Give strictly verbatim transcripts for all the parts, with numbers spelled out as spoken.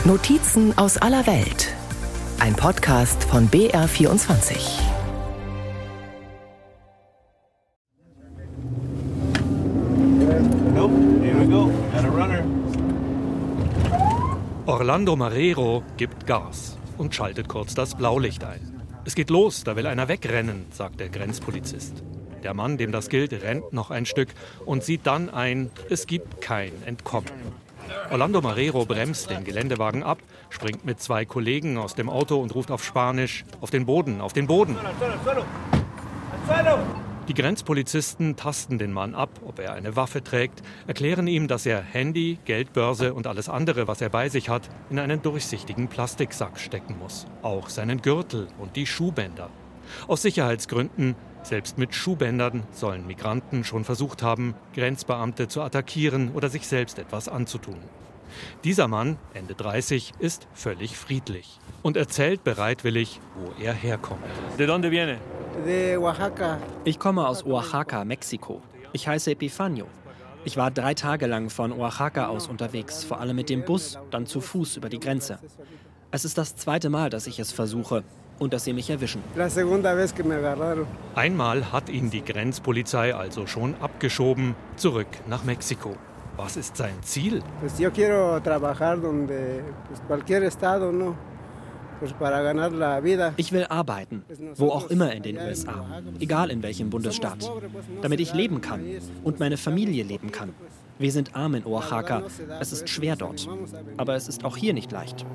Notizen aus aller Welt. Ein Podcast von B R vierundzwanzig. Orlando Marrero gibt Gas und schaltet kurz das Blaulicht ein. Es geht los, da will einer wegrennen, sagt der Grenzpolizist. Der Mann, dem das gilt, rennt noch ein Stück und sieht dann ein, es gibt kein Entkommen. Orlando Marrero bremst den Geländewagen ab, springt mit zwei Kollegen aus dem Auto und ruft auf Spanisch: Auf den Boden, auf den Boden! Die Grenzpolizisten tasten den Mann ab, ob er eine Waffe trägt, erklären ihm, dass er Handy, Geldbörse und alles andere, was er bei sich hat, in einen durchsichtigen Plastiksack stecken muss. Auch seinen Gürtel und die Schuhbänder. Aus Sicherheitsgründen, selbst mit Schuhbändern, sollen Migranten schon versucht haben, Grenzbeamte zu attackieren oder sich selbst etwas anzutun. Dieser Mann, Ende dreißig, ist völlig friedlich und erzählt bereitwillig, wo er herkommt. ¿De dónde viene? De Oaxaca. Ich komme aus Oaxaca, Mexiko. Ich heiße Epifanio. Ich war drei Tage lang von Oaxaca aus unterwegs, vor allem mit dem Bus, dann zu Fuß über die Grenze. Es ist das zweite Mal, dass ich es versuche und dass sie mich erwischen. La segunda vez que me agarraron. Einmal hat ihn die Grenzpolizei also schon abgeschoben, zurück nach Mexiko. Was ist sein Ziel? Pues yo quiero trabajar donde pues cualquier estado, no? Pues para ganar la vida. Ich will arbeiten, wo auch immer in den U S A, egal in welchem Bundesstaat, damit ich leben kann und meine Familie leben kann. Wir sind arm in Oaxaca, es ist schwer dort, aber es ist auch hier nicht leicht.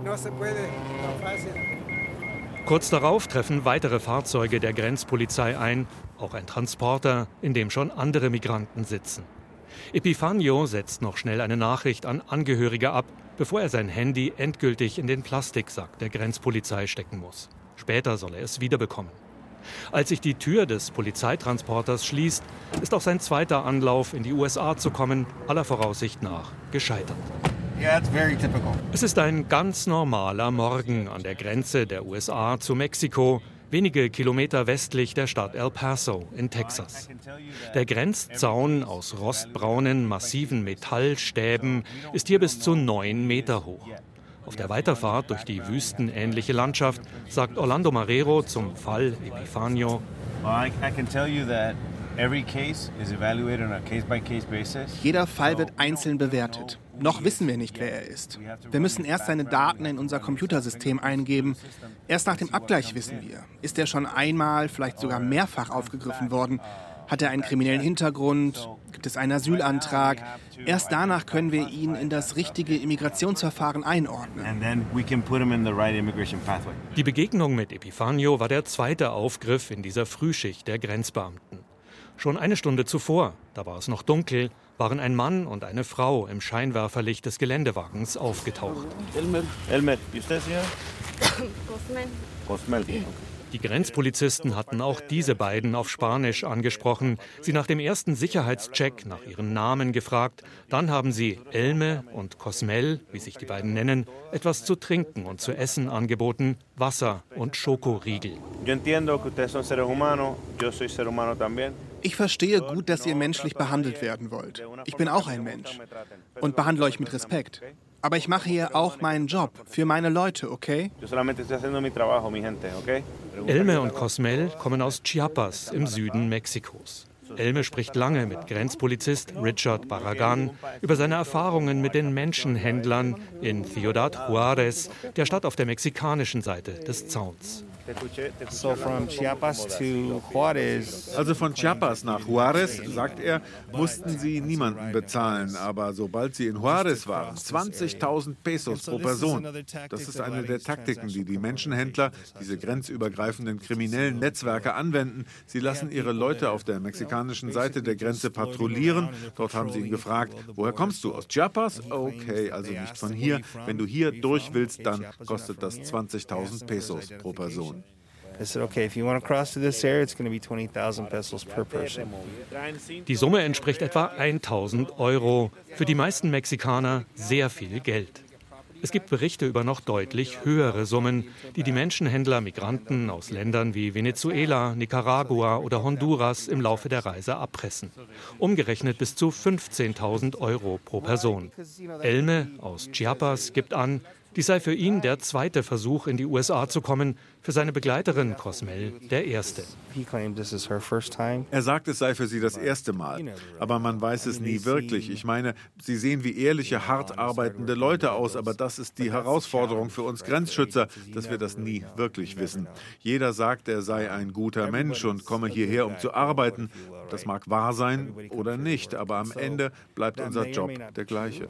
Kurz darauf treffen weitere Fahrzeuge der Grenzpolizei ein, auch ein Transporter, in dem schon andere Migranten sitzen. Epifanio setzt noch schnell eine Nachricht an Angehörige ab, bevor er sein Handy endgültig in den Plastiksack der Grenzpolizei stecken muss. Später soll er es wiederbekommen. Als sich die Tür des Polizeitransporters schließt, ist auch sein zweiter Anlauf, in die U S A zu kommen, aller Voraussicht nach gescheitert. Yeah, it's very typical. Es ist ein ganz normaler Morgen an der Grenze der U S A zu Mexiko, wenige Kilometer westlich der Stadt El Paso in Texas. Der Grenzzaun aus rostbraunen, massiven Metallstäben ist hier bis zu neun Meter hoch. Auf der Weiterfahrt durch die wüstenähnliche Landschaft sagt Orlando Marrero zum Fall Epifanio: Jeder Fall wird einzeln bewertet. Noch wissen wir nicht, wer er ist. Wir müssen erst seine Daten in unser Computersystem eingeben. Erst nach dem Abgleich wissen wir, ist er schon einmal, vielleicht sogar mehrfach aufgegriffen worden? Hat er einen kriminellen Hintergrund? Gibt es einen Asylantrag? Erst danach können wir ihn in das richtige Immigrationsverfahren einordnen. Die Begegnung mit Epifanio war der zweite Aufgriff in dieser Frühschicht der Grenzbeamten. Schon eine Stunde zuvor, da war es noch dunkel, waren ein Mann und eine Frau im Scheinwerferlicht des Geländewagens aufgetaucht. Elmer. Elmer, ¿y usted, señor? Cosmel. Cosmel. Okay. Die Grenzpolizisten hatten auch diese beiden auf Spanisch angesprochen, sie nach dem ersten Sicherheitscheck nach ihren Namen gefragt. Dann haben sie Elme und Cosmel, wie sich die beiden nennen, etwas zu trinken und zu essen angeboten, Wasser und Schokoriegel. Yo entiendo que ustedes son seres humanos, yo soy ser humano también. Ich verstehe gut, dass ihr menschlich behandelt werden wollt. Ich bin auch ein Mensch und behandle euch mit Respekt. Aber ich mache hier auch meinen Job für meine Leute, okay? Elme und Cosmel kommen aus Chiapas im Süden Mexikos. Elme spricht lange mit Grenzpolizist Richard Barragan über seine Erfahrungen mit den Menschenhändlern in Ciudad Juárez, der Stadt auf der mexikanischen Seite des Zauns. So from Chiapas to Juárez. Also von Chiapas nach Juárez, sagt er, mussten sie niemanden bezahlen. Aber sobald sie in Juárez waren, zwanzigtausend Pesos pro Person. Das ist eine der Taktiken, die die Menschenhändler, diese grenzübergreifenden kriminellen Netzwerke anwenden. Sie lassen ihre Leute auf der mexikanischen Seite der Grenze patrouillieren. Dort haben sie ihn gefragt, woher kommst du? Aus Chiapas? Okay, also nicht von hier. Wenn du hier durch willst, dann kostet das zwanzigtausend Pesos pro Person. I said, okay, if you want to cross to this area, it's going to be twenty thousand pesos per person. Die Summe entspricht etwa tausend Euro. Für die meisten Mexikaner sehr viel Geld. Es gibt Berichte über noch deutlich höhere Summen, die die Menschenhändler Migranten aus Ländern wie Venezuela, Nicaragua oder Honduras im Laufe der Reise abpressen. Umgerechnet bis zu fünfzehntausend Euro pro Person. Elme aus Chiapas gibt an, Dies sei für ihn der zweite Versuch, in die U S A zu kommen, für seine Begleiterin Cosmel der erste. Er sagt, es sei für sie das erste Mal. Aber man weiß es nie wirklich. Ich meine, sie sehen wie ehrliche, hart arbeitende Leute aus, aber das ist die Herausforderung für uns Grenzschützer, dass wir das nie wirklich wissen. Jeder sagt, er sei ein guter Mensch und komme hierher, um zu arbeiten. Das mag wahr sein oder nicht, aber am Ende bleibt unser Job der gleiche.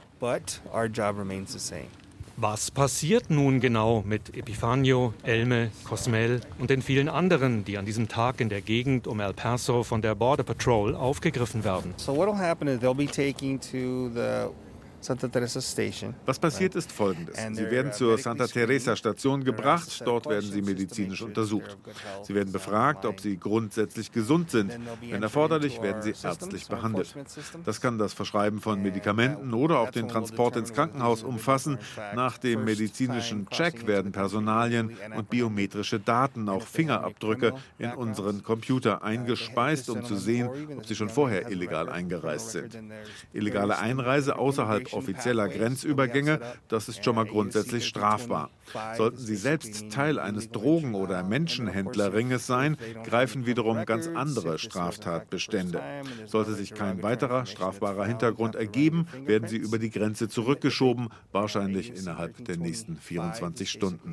Was passiert nun genau mit Epifanio, Elme, Cosmel und den vielen anderen, die an diesem Tag in der Gegend um El Paso von der Border Patrol aufgegriffen werden? So what will happen is they'll be taken to the Santa Teresa Station. Was passiert ist Folgendes. Sie werden zur Santa Teresa Station gebracht, dort werden sie medizinisch untersucht. Sie werden befragt, ob sie grundsätzlich gesund sind. Wenn erforderlich, werden sie ärztlich behandelt. Das kann das Verschreiben von Medikamenten oder auch den Transport ins Krankenhaus umfassen. Nach dem medizinischen Check werden Personalien und biometrische Daten, auch Fingerabdrücke, in unseren Computer eingespeist, um zu sehen, ob sie schon vorher illegal eingereist sind. Illegale Einreise außerhalb offizieller Grenzübergänge, das ist schon mal grundsätzlich strafbar. Sollten Sie selbst Teil eines Drogen- oder Menschenhändlerringes sein, greifen wiederum ganz andere Straftatbestände. Sollte sich kein weiterer strafbarer Hintergrund ergeben, werden Sie über die Grenze zurückgeschoben, wahrscheinlich innerhalb der nächsten vierundzwanzig Stunden.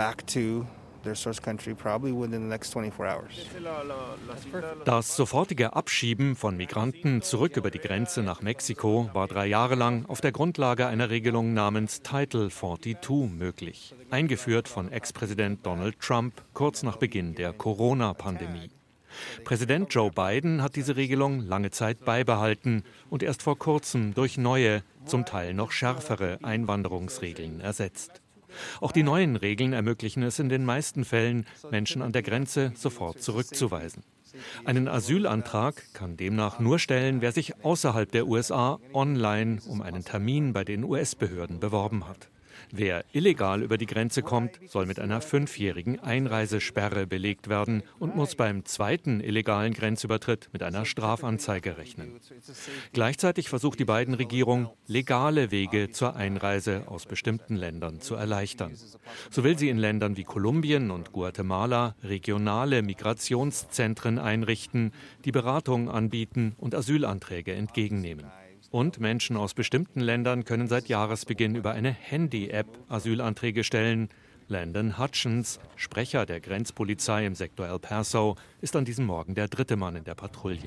Das sofortige Abschieben von Migranten zurück über die Grenze nach Mexiko war drei Jahre lang auf der Grundlage einer Regelung namens Title zweiundvierzig möglich, eingeführt von Ex-Präsident Donald Trump kurz nach Beginn der Corona-Pandemie. Präsident Joe Biden hat diese Regelung lange Zeit beibehalten und erst vor kurzem durch neue, zum Teil noch schärfere Einwanderungsregeln ersetzt. Auch die neuen Regeln ermöglichen es in den meisten Fällen, Menschen an der Grenze sofort zurückzuweisen. Einen Asylantrag kann demnach nur stellen, wer sich außerhalb der U S A online um einen Termin bei den U S-Behörden beworben hat. Wer illegal über die Grenze kommt, soll mit einer fünfjährigen Einreisesperre belegt werden und muss beim zweiten illegalen Grenzübertritt mit einer Strafanzeige rechnen. Gleichzeitig versucht die Biden-Regierung, legale Wege zur Einreise aus bestimmten Ländern zu erleichtern. So will sie in Ländern wie Kolumbien und Guatemala regionale Migrationszentren einrichten, die Beratung anbieten und Asylanträge entgegennehmen. Und Menschen aus bestimmten Ländern können seit Jahresbeginn über eine Handy-App Asylanträge stellen. Landon Hutchins, Sprecher der Grenzpolizei im Sektor El Paso, ist an diesem Morgen der dritte Mann in der Patrouille.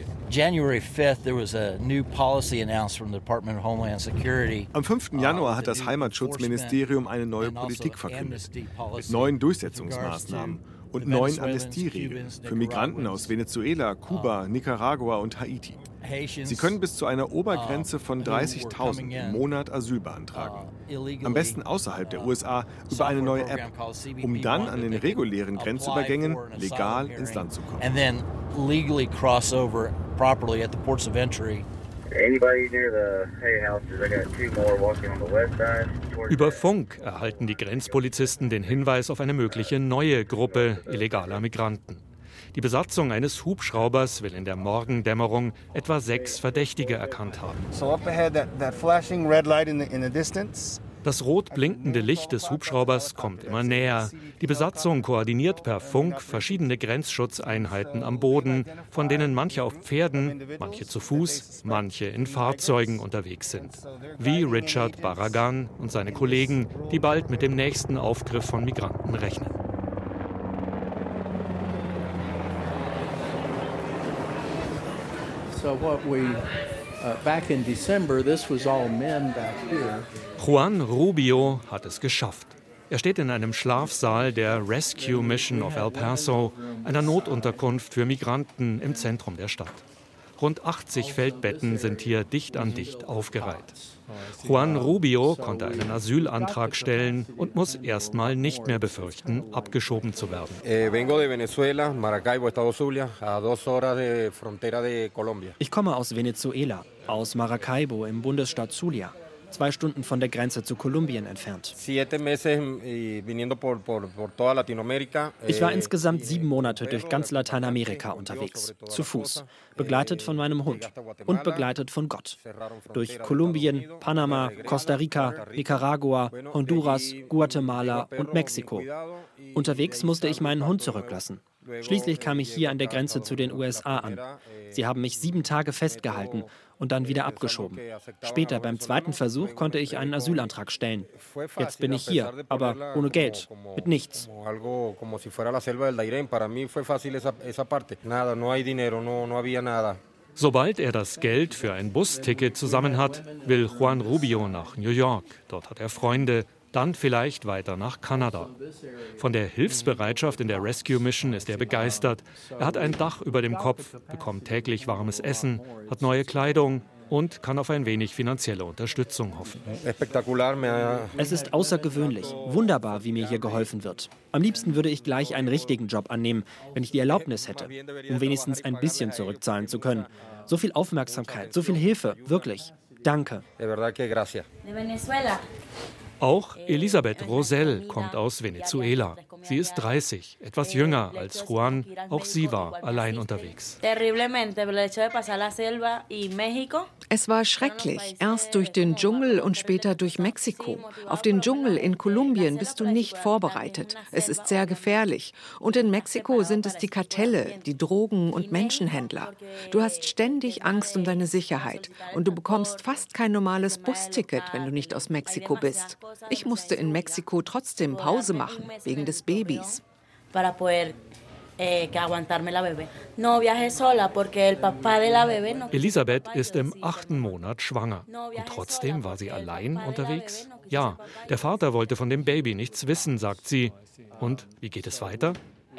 Am fünften Januar hat das Heimatschutzministerium eine neue Politik verkündet, mit neuen Durchsetzungsmaßnahmen und neuen Amnestieregeln für Migranten aus Venezuela, Kuba, Nicaragua und Haiti. Sie können bis zu einer Obergrenze von dreißigtausend im Monat Asyl beantragen. Am besten außerhalb der U S A über eine neue App, um dann an den regulären Grenzübergängen legal ins Land zu kommen. Über Funk erhalten die Grenzpolizisten den Hinweis auf eine mögliche neue Gruppe illegaler Migranten. Die Besatzung eines Hubschraubers will in der Morgendämmerung etwa sechs Verdächtige erkannt haben. Das rot blinkende Licht des Hubschraubers kommt immer näher. Die Besatzung koordiniert per Funk verschiedene Grenzschutzeinheiten am Boden, von denen manche auf Pferden, manche zu Fuß, manche in Fahrzeugen unterwegs sind. Wie Richard Barragan und seine Kollegen, die bald mit dem nächsten Aufgriff von Migranten rechnen. Juan Rubio hat es geschafft. Er steht in einem Schlafsaal der Rescue Mission of El Paso, einer Notunterkunft für Migranten im Zentrum der Stadt. Rund achtzig Feldbetten sind hier dicht an dicht aufgereiht. Juan Rubio konnte einen Asylantrag stellen und muss erstmal nicht mehr befürchten, abgeschoben zu werden. Ich komme aus Venezuela, aus Maracaibo im Bundesstaat Zulia, zwei Stunden von der Grenze zu Kolumbien entfernt. Ich war insgesamt sieben Monate durch ganz Lateinamerika unterwegs, zu Fuß, begleitet von meinem Hund und begleitet von Gott. Durch Kolumbien, Panama, Costa Rica, Nicaragua, Honduras, Guatemala und Mexiko. Unterwegs musste ich meinen Hund zurücklassen. Schließlich kam ich hier an der Grenze zu den U S A an. Sie haben mich sieben Tage festgehalten und dann wieder abgeschoben. Später, beim zweiten Versuch, konnte ich einen Asylantrag stellen. Jetzt bin ich hier, aber ohne Geld, mit nichts. Sobald er das Geld für ein Busticket zusammen hat, will Juan Rubio nach New York. Dort hat er Freunde. Dann vielleicht weiter nach Kanada. Von der Hilfsbereitschaft in der Rescue Mission ist er begeistert. Er hat ein Dach über dem Kopf, bekommt täglich warmes Essen, hat neue Kleidung und kann auf ein wenig finanzielle Unterstützung hoffen. Es ist außergewöhnlich, wunderbar, wie mir hier geholfen wird. Am liebsten würde ich gleich einen richtigen Job annehmen, wenn ich die Erlaubnis hätte, um wenigstens ein bisschen zurückzahlen zu können. So viel Aufmerksamkeit, so viel Hilfe, wirklich. Danke. Auch Elisabeth Rosell kommt aus Venezuela. Sie ist dreißig, etwas jünger als Juan. Auch sie war allein unterwegs. Es war schrecklich. Erst durch den Dschungel und später durch Mexiko. Auf den Dschungel in Kolumbien bist du nicht vorbereitet. Es ist sehr gefährlich. Und in Mexiko sind es die Kartelle, die Drogen- und Menschenhändler. Du hast ständig Angst um deine Sicherheit. Und du bekommst fast kein normales Busticket, wenn du nicht aus Mexiko bist. Ich musste in Mexiko trotzdem Pause machen, wegen des Babys. Elisabeth ist im achten Monat schwanger. Und trotzdem war sie allein unterwegs? Ja, der Vater wollte von dem Baby nichts wissen, sagt sie. Und wie geht es weiter?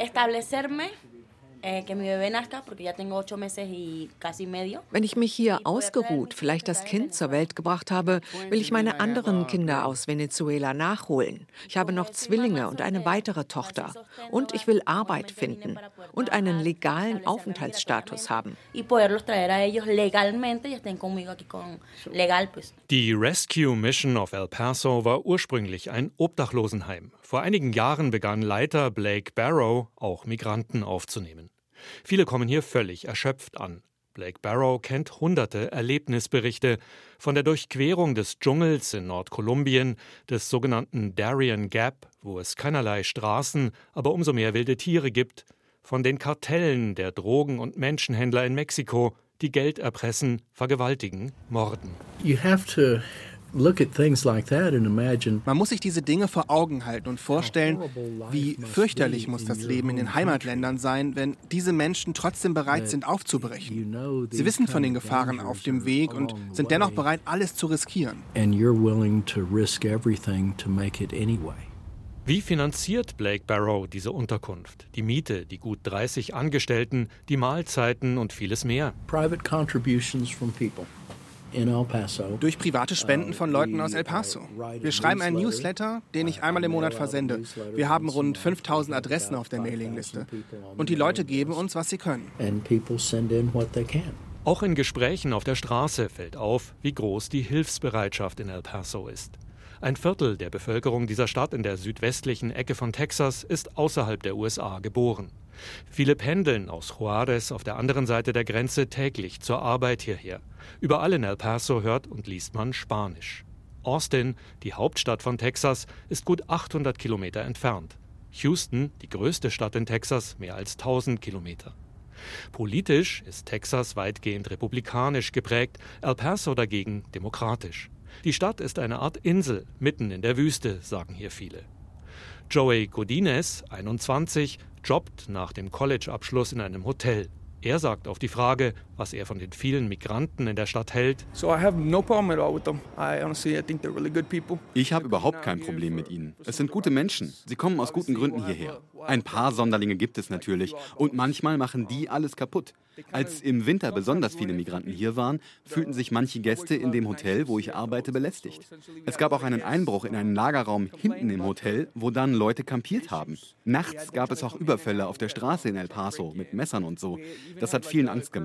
Wenn ich mich hier ausgeruht, vielleicht das Kind zur Welt gebracht habe, will ich meine anderen Kinder aus Venezuela nachholen. Ich habe noch Zwillinge und eine weitere Tochter. Und ich will Arbeit finden und einen legalen Aufenthaltsstatus haben. Die Rescue Mission of El Paso war ursprünglich ein Obdachlosenheim. Vor einigen Jahren begann Leiter Blake Barrow, auch Migranten aufzunehmen. Viele kommen hier völlig erschöpft an. Blake Barrow kennt hunderte Erlebnisberichte von der Durchquerung des Dschungels in Nordkolumbien, des sogenannten Darien Gap, wo es keinerlei Straßen, aber umso mehr wilde Tiere gibt, von den Kartellen der Drogen- und Menschenhändler in Mexiko, die Geld erpressen, vergewaltigen, morden. You have to look at things like that and imagine. Man muss sich diese Dinge vor Augen halten und vorstellen, wie fürchterlich muss das Leben in den Heimatländern sein, wenn diese Menschen trotzdem bereit sind, aufzubrechen. Sie wissen von den Gefahren auf dem Weg und sind dennoch bereit, alles zu riskieren. And you're willing to risk everything to make it anyway. Wie finanziert Blake Barrow diese Unterkunft? Die Miete, die gut dreißig Angestellten, die Mahlzeiten und vieles mehr. Private contributions from people. In El Paso. Durch private Spenden von Leuten aus El Paso. Wir schreiben einen Newsletter, den ich einmal im Monat versende. Wir haben rund fünftausend Adressen auf der Mailingliste. Und die Leute geben uns, was sie können. Auch in Gesprächen auf der Straße fällt auf, wie groß die Hilfsbereitschaft in El Paso ist. Ein Viertel der Bevölkerung dieser Stadt in der südwestlichen Ecke von Texas ist außerhalb der U S A geboren. Viele pendeln aus Juárez auf der anderen Seite der Grenze täglich zur Arbeit hierher. Überall in El Paso hört und liest man Spanisch. Austin, die Hauptstadt von Texas, ist gut achthundert Kilometer entfernt. Houston, die größte Stadt in Texas, mehr als tausend Kilometer. Politisch ist Texas weitgehend republikanisch geprägt, El Paso dagegen demokratisch. Die Stadt ist eine Art Insel, mitten in der Wüste, sagen hier viele. Joey Godinez, einundzwanzig, jobbt nach dem College-Abschluss in einem Hotel. Er sagt auf die Frage, was er von den vielen Migranten in der Stadt hält. Ich habe überhaupt kein Problem mit ihnen. Es sind gute Menschen. Sie kommen aus guten Gründen hierher. Ein paar Sonderlinge gibt es natürlich. Und manchmal machen die alles kaputt. Als im Winter besonders viele Migranten hier waren, fühlten sich manche Gäste in dem Hotel, wo ich arbeite, belästigt. Es gab auch einen Einbruch in einen Lagerraum hinten im Hotel, wo dann Leute kampiert haben. Nachts gab es auch Überfälle auf der Straße in El Paso mit Messern und so. Das hat vielen Angst gemacht.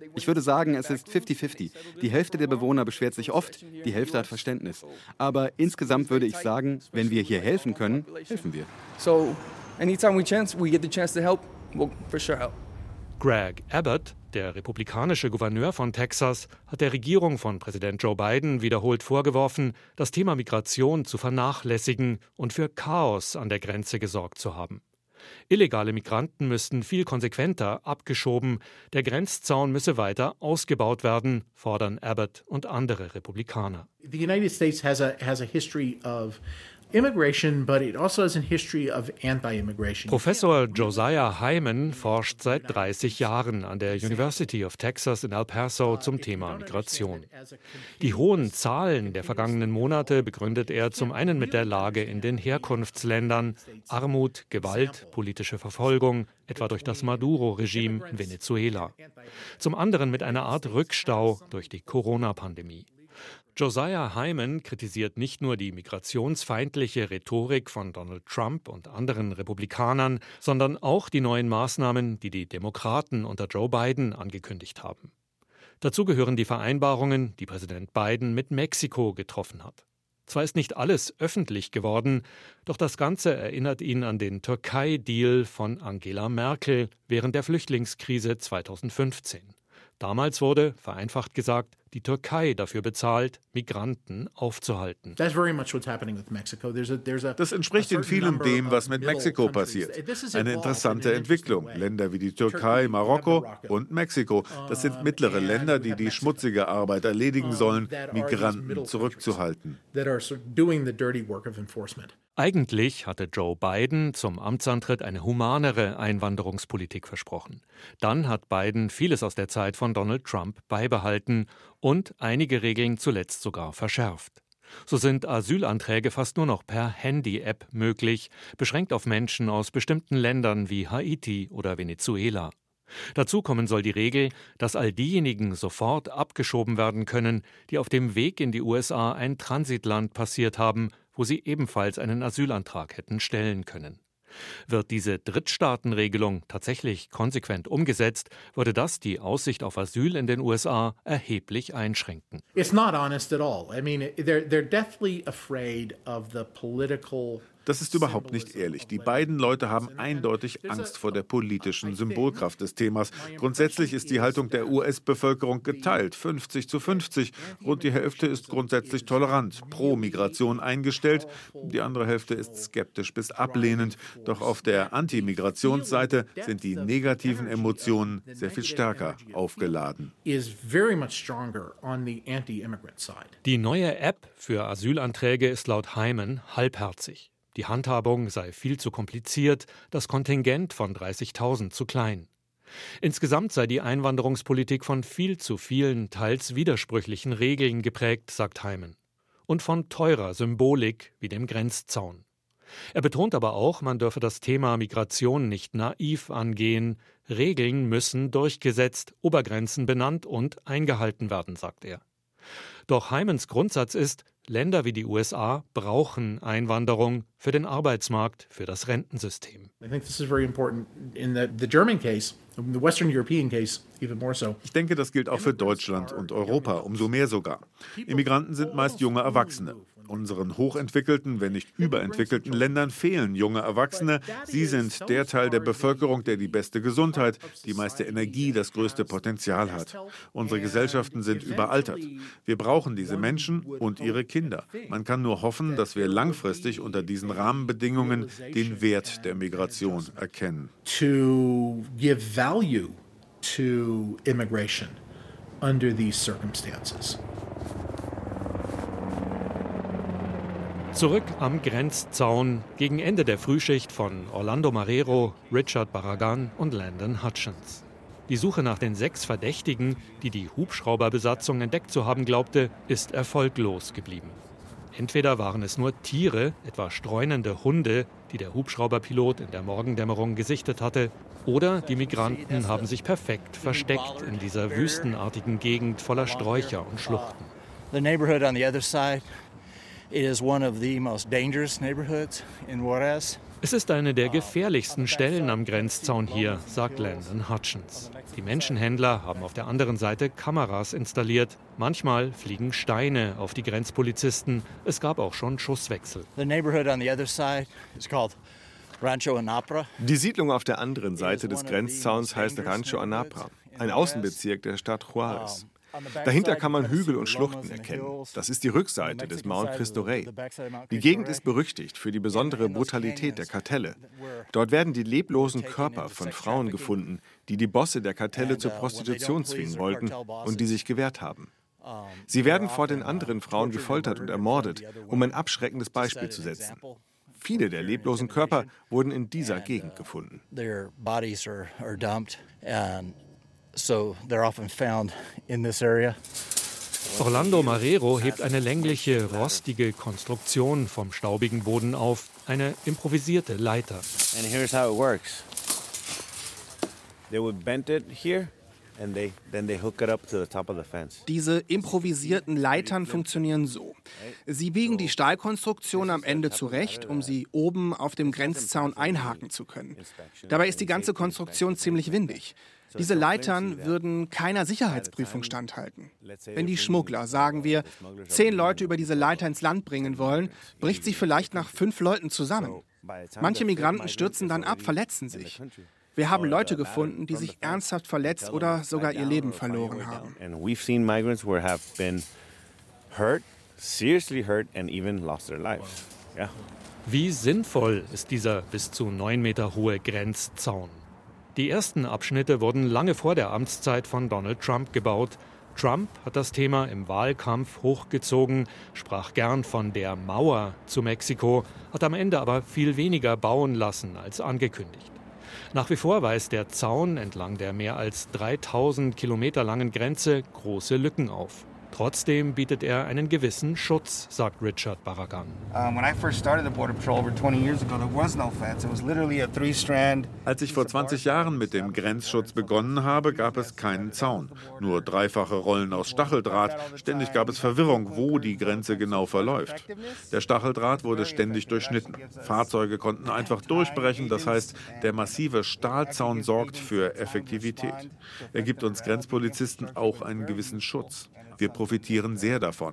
Ich würde sagen, es ist fifty fifty. Die Hälfte der Bewohner beschwert sich oft, die Hälfte hat Verständnis. Aber insgesamt würde ich sagen, wenn wir hier helfen können, helfen wir. So, anytime we chance, we get the chance to help, we'll for sure help. Greg Abbott, der republikanische Gouverneur von Texas, hat der Regierung von Präsident Joe Biden wiederholt vorgeworfen, das Thema Migration zu vernachlässigen und für Chaos an der Grenze gesorgt zu haben. Illegale Migranten müssten viel konsequenter abgeschoben, der Grenzzaun müsse weiter ausgebaut werden, fordern Abbott und andere Republikaner. The United States has a has a history of immigration, but it also has a history of anti-immigration. Professor Josiah Hyman forscht seit dreißig Jahren an der University of Texas in El Paso zum Thema Migration. Die hohen Zahlen der vergangenen Monate begründet er zum einen mit der Lage in den Herkunftsländern, Armut, Gewalt, politische Verfolgung, etwa durch das Maduro-Regime in Venezuela. Zum anderen mit einer Art Rückstau durch die Corona-Pandemie. Josiah Hyman kritisiert nicht nur die migrationsfeindliche Rhetorik von Donald Trump und anderen Republikanern, sondern auch die neuen Maßnahmen, die die Demokraten unter Joe Biden angekündigt haben. Dazu gehören die Vereinbarungen, die Präsident Biden mit Mexiko getroffen hat. Zwar ist nicht alles öffentlich geworden, doch das Ganze erinnert ihn an den Türkei-Deal von Angela Merkel während der Flüchtlingskrise zweitausendfünfzehn. Damals wurde, vereinfacht gesagt, die Türkei dafür bezahlt, Migranten aufzuhalten. Das entspricht in vielem dem, was mit Mexiko passiert. Eine interessante Entwicklung. Länder wie die Türkei, Marokko und Mexiko, das sind mittlere Länder, die die schmutzige Arbeit erledigen sollen, Migranten zurückzuhalten. Eigentlich hatte Joe Biden zum Amtsantritt eine humanere Einwanderungspolitik versprochen. Dann hat Biden vieles aus der Zeit von Donald Trump beibehalten und einige Regeln zuletzt sogar verschärft. So sind Asylanträge fast nur noch per Handy-App möglich, beschränkt auf Menschen aus bestimmten Ländern wie Haiti oder Venezuela. Dazu kommen soll die Regel, dass all diejenigen sofort abgeschoben werden können, die auf dem Weg in die U S A ein Transitland passiert haben, wo sie ebenfalls einen Asylantrag hätten stellen können. Wird diese Drittstaatenregelung tatsächlich konsequent umgesetzt, würde das die Aussicht auf Asyl in den U S A erheblich einschränken. It's not honest at all. I mean, they're they're deathly afraid of the political. Das ist überhaupt nicht ehrlich. Die beiden Leute haben eindeutig Angst vor der politischen Symbolkraft des Themas. Grundsätzlich ist die Haltung der U S-Bevölkerung geteilt, fünfzig zu fünfzig. Rund die Hälfte ist grundsätzlich tolerant, pro Migration eingestellt. Die andere Hälfte ist skeptisch bis ablehnend. Doch auf der Anti-Migrationsseite sind die negativen Emotionen sehr viel stärker aufgeladen. Die neue App für Asylanträge ist laut Hyman halbherzig. Die Handhabung sei viel zu kompliziert, das Kontingent von dreißigtausend zu klein. Insgesamt sei die Einwanderungspolitik von viel zu vielen, teils widersprüchlichen Regeln geprägt, sagt Hyman. Und von teurer Symbolik wie dem Grenzzaun. Er betont aber auch, man dürfe das Thema Migration nicht naiv angehen. Regeln müssen durchgesetzt, Obergrenzen benannt und eingehalten werden, sagt er. Doch Hymans Grundsatz ist, Länder wie die U S A brauchen Einwanderung für den Arbeitsmarkt, für das Rentensystem. I think this is very important in the, the German case, the Western European case, even more so. Ich denke, das gilt auch für Deutschland und Europa, umso mehr sogar. Immigranten sind meist junge Erwachsene. Unseren hochentwickelten, wenn nicht überentwickelten Ländern fehlen junge Erwachsene. Sie sind der Teil der Bevölkerung, der die beste Gesundheit, die meiste Energie, das größte Potenzial hat. Unsere Gesellschaften sind überaltert. Wir brauchen diese Menschen und ihre Kinder. Man kann nur hoffen, dass wir langfristig unter diesen Rahmenbedingungen den Wert der Migration erkennen. To give value to immigration under these circumstances. Zurück am Grenzzaun gegen Ende der Frühschicht von Orlando Marrero, Richard Barragan und Landon Hutchins. Die Suche nach den sechs Verdächtigen, die die Hubschrauberbesatzung entdeckt zu haben glaubte, ist erfolglos geblieben. Entweder waren es nur Tiere, etwa streunende Hunde, die der Hubschrauberpilot in der Morgendämmerung gesichtet hatte, oder die Migranten haben sich perfekt versteckt in dieser wüstenartigen Gegend voller Sträucher und Schluchten. The neighborhood on the other side It is one of the most dangerous neighborhoods in Juarez. Es ist eine der gefährlichsten Stellen am Grenzzaun hier, sagt Landon Hutchins. Die Menschenhändler haben auf der anderen Seite Kameras installiert. Manchmal fliegen Steine auf die Grenzpolizisten. Es gab auch schon Schusswechsel. The neighborhood on the other side is called Rancho Anapra. Die Siedlung auf der anderen Seite des Grenzzauns heißt Rancho Anapra, ein Außenbezirk der Stadt Juarez. Dahinter kann man Hügel und Schluchten erkennen. Das ist die Rückseite des Mount Cristo Rey. Die Gegend ist berüchtigt für die besondere Brutalität der Kartelle. Dort werden die leblosen Körper von Frauen gefunden, die die Bosse der Kartelle zur Prostitution zwingen wollten und die sich gewehrt haben. Sie werden vor den anderen Frauen gefoltert und ermordet, um ein abschreckendes Beispiel zu setzen. Viele der leblosen Körper wurden in dieser Gegend gefunden. So they're often found in this area. Orlando Marrero hebt eine längliche, rostige Konstruktion vom staubigen Boden auf, eine improvisierte Leiter. And here's how it works. They would bend it here and they then they hook it up to the top of the fence. Diese improvisierten Leitern funktionieren so. Sie biegen die Stahlkonstruktion am Ende zurecht, um sie oben auf dem Grenzzaun einhaken zu können. Dabei ist die ganze Konstruktion ziemlich windig. Diese Leitern würden keiner Sicherheitsprüfung standhalten. Wenn die Schmuggler, sagen wir, zehn Leute über diese Leiter ins Land bringen wollen, bricht sie vielleicht nach fünf Leuten zusammen. Manche Migranten stürzen dann ab, verletzen sich. Wir haben Leute gefunden, die sich ernsthaft verletzt oder sogar ihr Leben verloren haben. Wie sinnvoll ist dieser bis zu neun Meter hohe Grenzzaun? Die ersten Abschnitte wurden lange vor der Amtszeit von Donald Trump gebaut. Trump hat das Thema im Wahlkampf hochgezogen, sprach gern von der Mauer zu Mexiko, hat am Ende aber viel weniger bauen lassen als angekündigt. Nach wie vor weist der Zaun entlang der mehr als dreitausend Kilometer langen Grenze große Lücken auf. Trotzdem bietet er einen gewissen Schutz, sagt Richard Barragan. Als ich vor zwanzig Jahren mit dem Grenzschutz begonnen habe, gab es keinen Zaun. Nur dreifache Rollen aus Stacheldraht. Ständig gab es Verwirrung, wo die Grenze genau verläuft. Der Stacheldraht wurde ständig durchschnitten. Fahrzeuge konnten einfach durchbrechen. Das heißt, der massive Stahlzaun sorgt für Effektivität. Er gibt uns Grenzpolizisten auch einen gewissen Schutz. Wir profitieren sehr davon.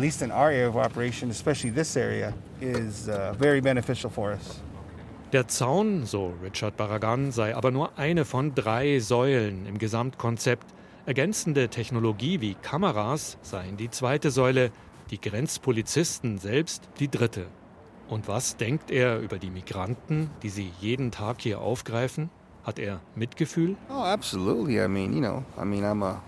Der Zaun, so Richard Barragan, sei aber nur eine von drei Säulen im Gesamtkonzept. Ergänzende Technologie wie Kameras seien die zweite Säule, die Grenzpolizisten selbst die dritte. Und was denkt er über die Migranten, die sie jeden Tag hier aufgreifen? Hat er Mitgefühl? Oh, absolutely. I mean, you know, I mean, I'm a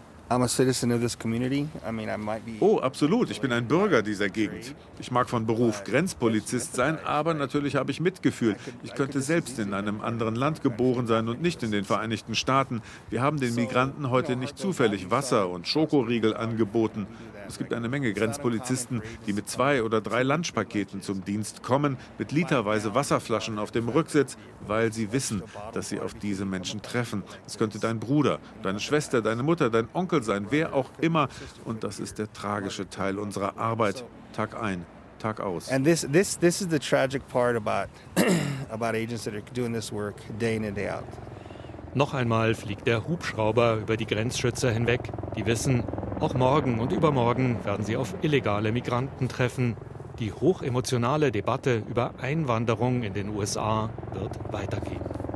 Oh, absolut. Ich bin ein Bürger dieser Gegend. Ich mag von Beruf Grenzpolizist sein, aber natürlich habe ich Mitgefühl. Ich könnte selbst in einem anderen Land geboren sein und nicht in den Vereinigten Staaten. Wir haben den Migranten heute nicht zufällig Wasser und Schokoriegel angeboten. Es gibt eine Menge Grenzpolizisten, die mit zwei oder drei Lunchpaketen zum Dienst kommen, mit literweise Wasserflaschen auf dem Rücksitz, weil sie wissen, dass sie auf diese Menschen treffen. Es könnte dein Bruder, deine Schwester, deine Mutter, dein Onkel sein, wer auch immer. Und das ist der tragische Teil unserer Arbeit, Tag ein, Tag aus. And this this this is the tragic part about about agents that are doing this work day in and day out. Noch einmal fliegt der Hubschrauber über die Grenzschützer hinweg. Die wissen, auch morgen und übermorgen werden sie auf illegale Migranten treffen. Die hochemotionale Debatte über Einwanderung in den U S A wird weitergehen.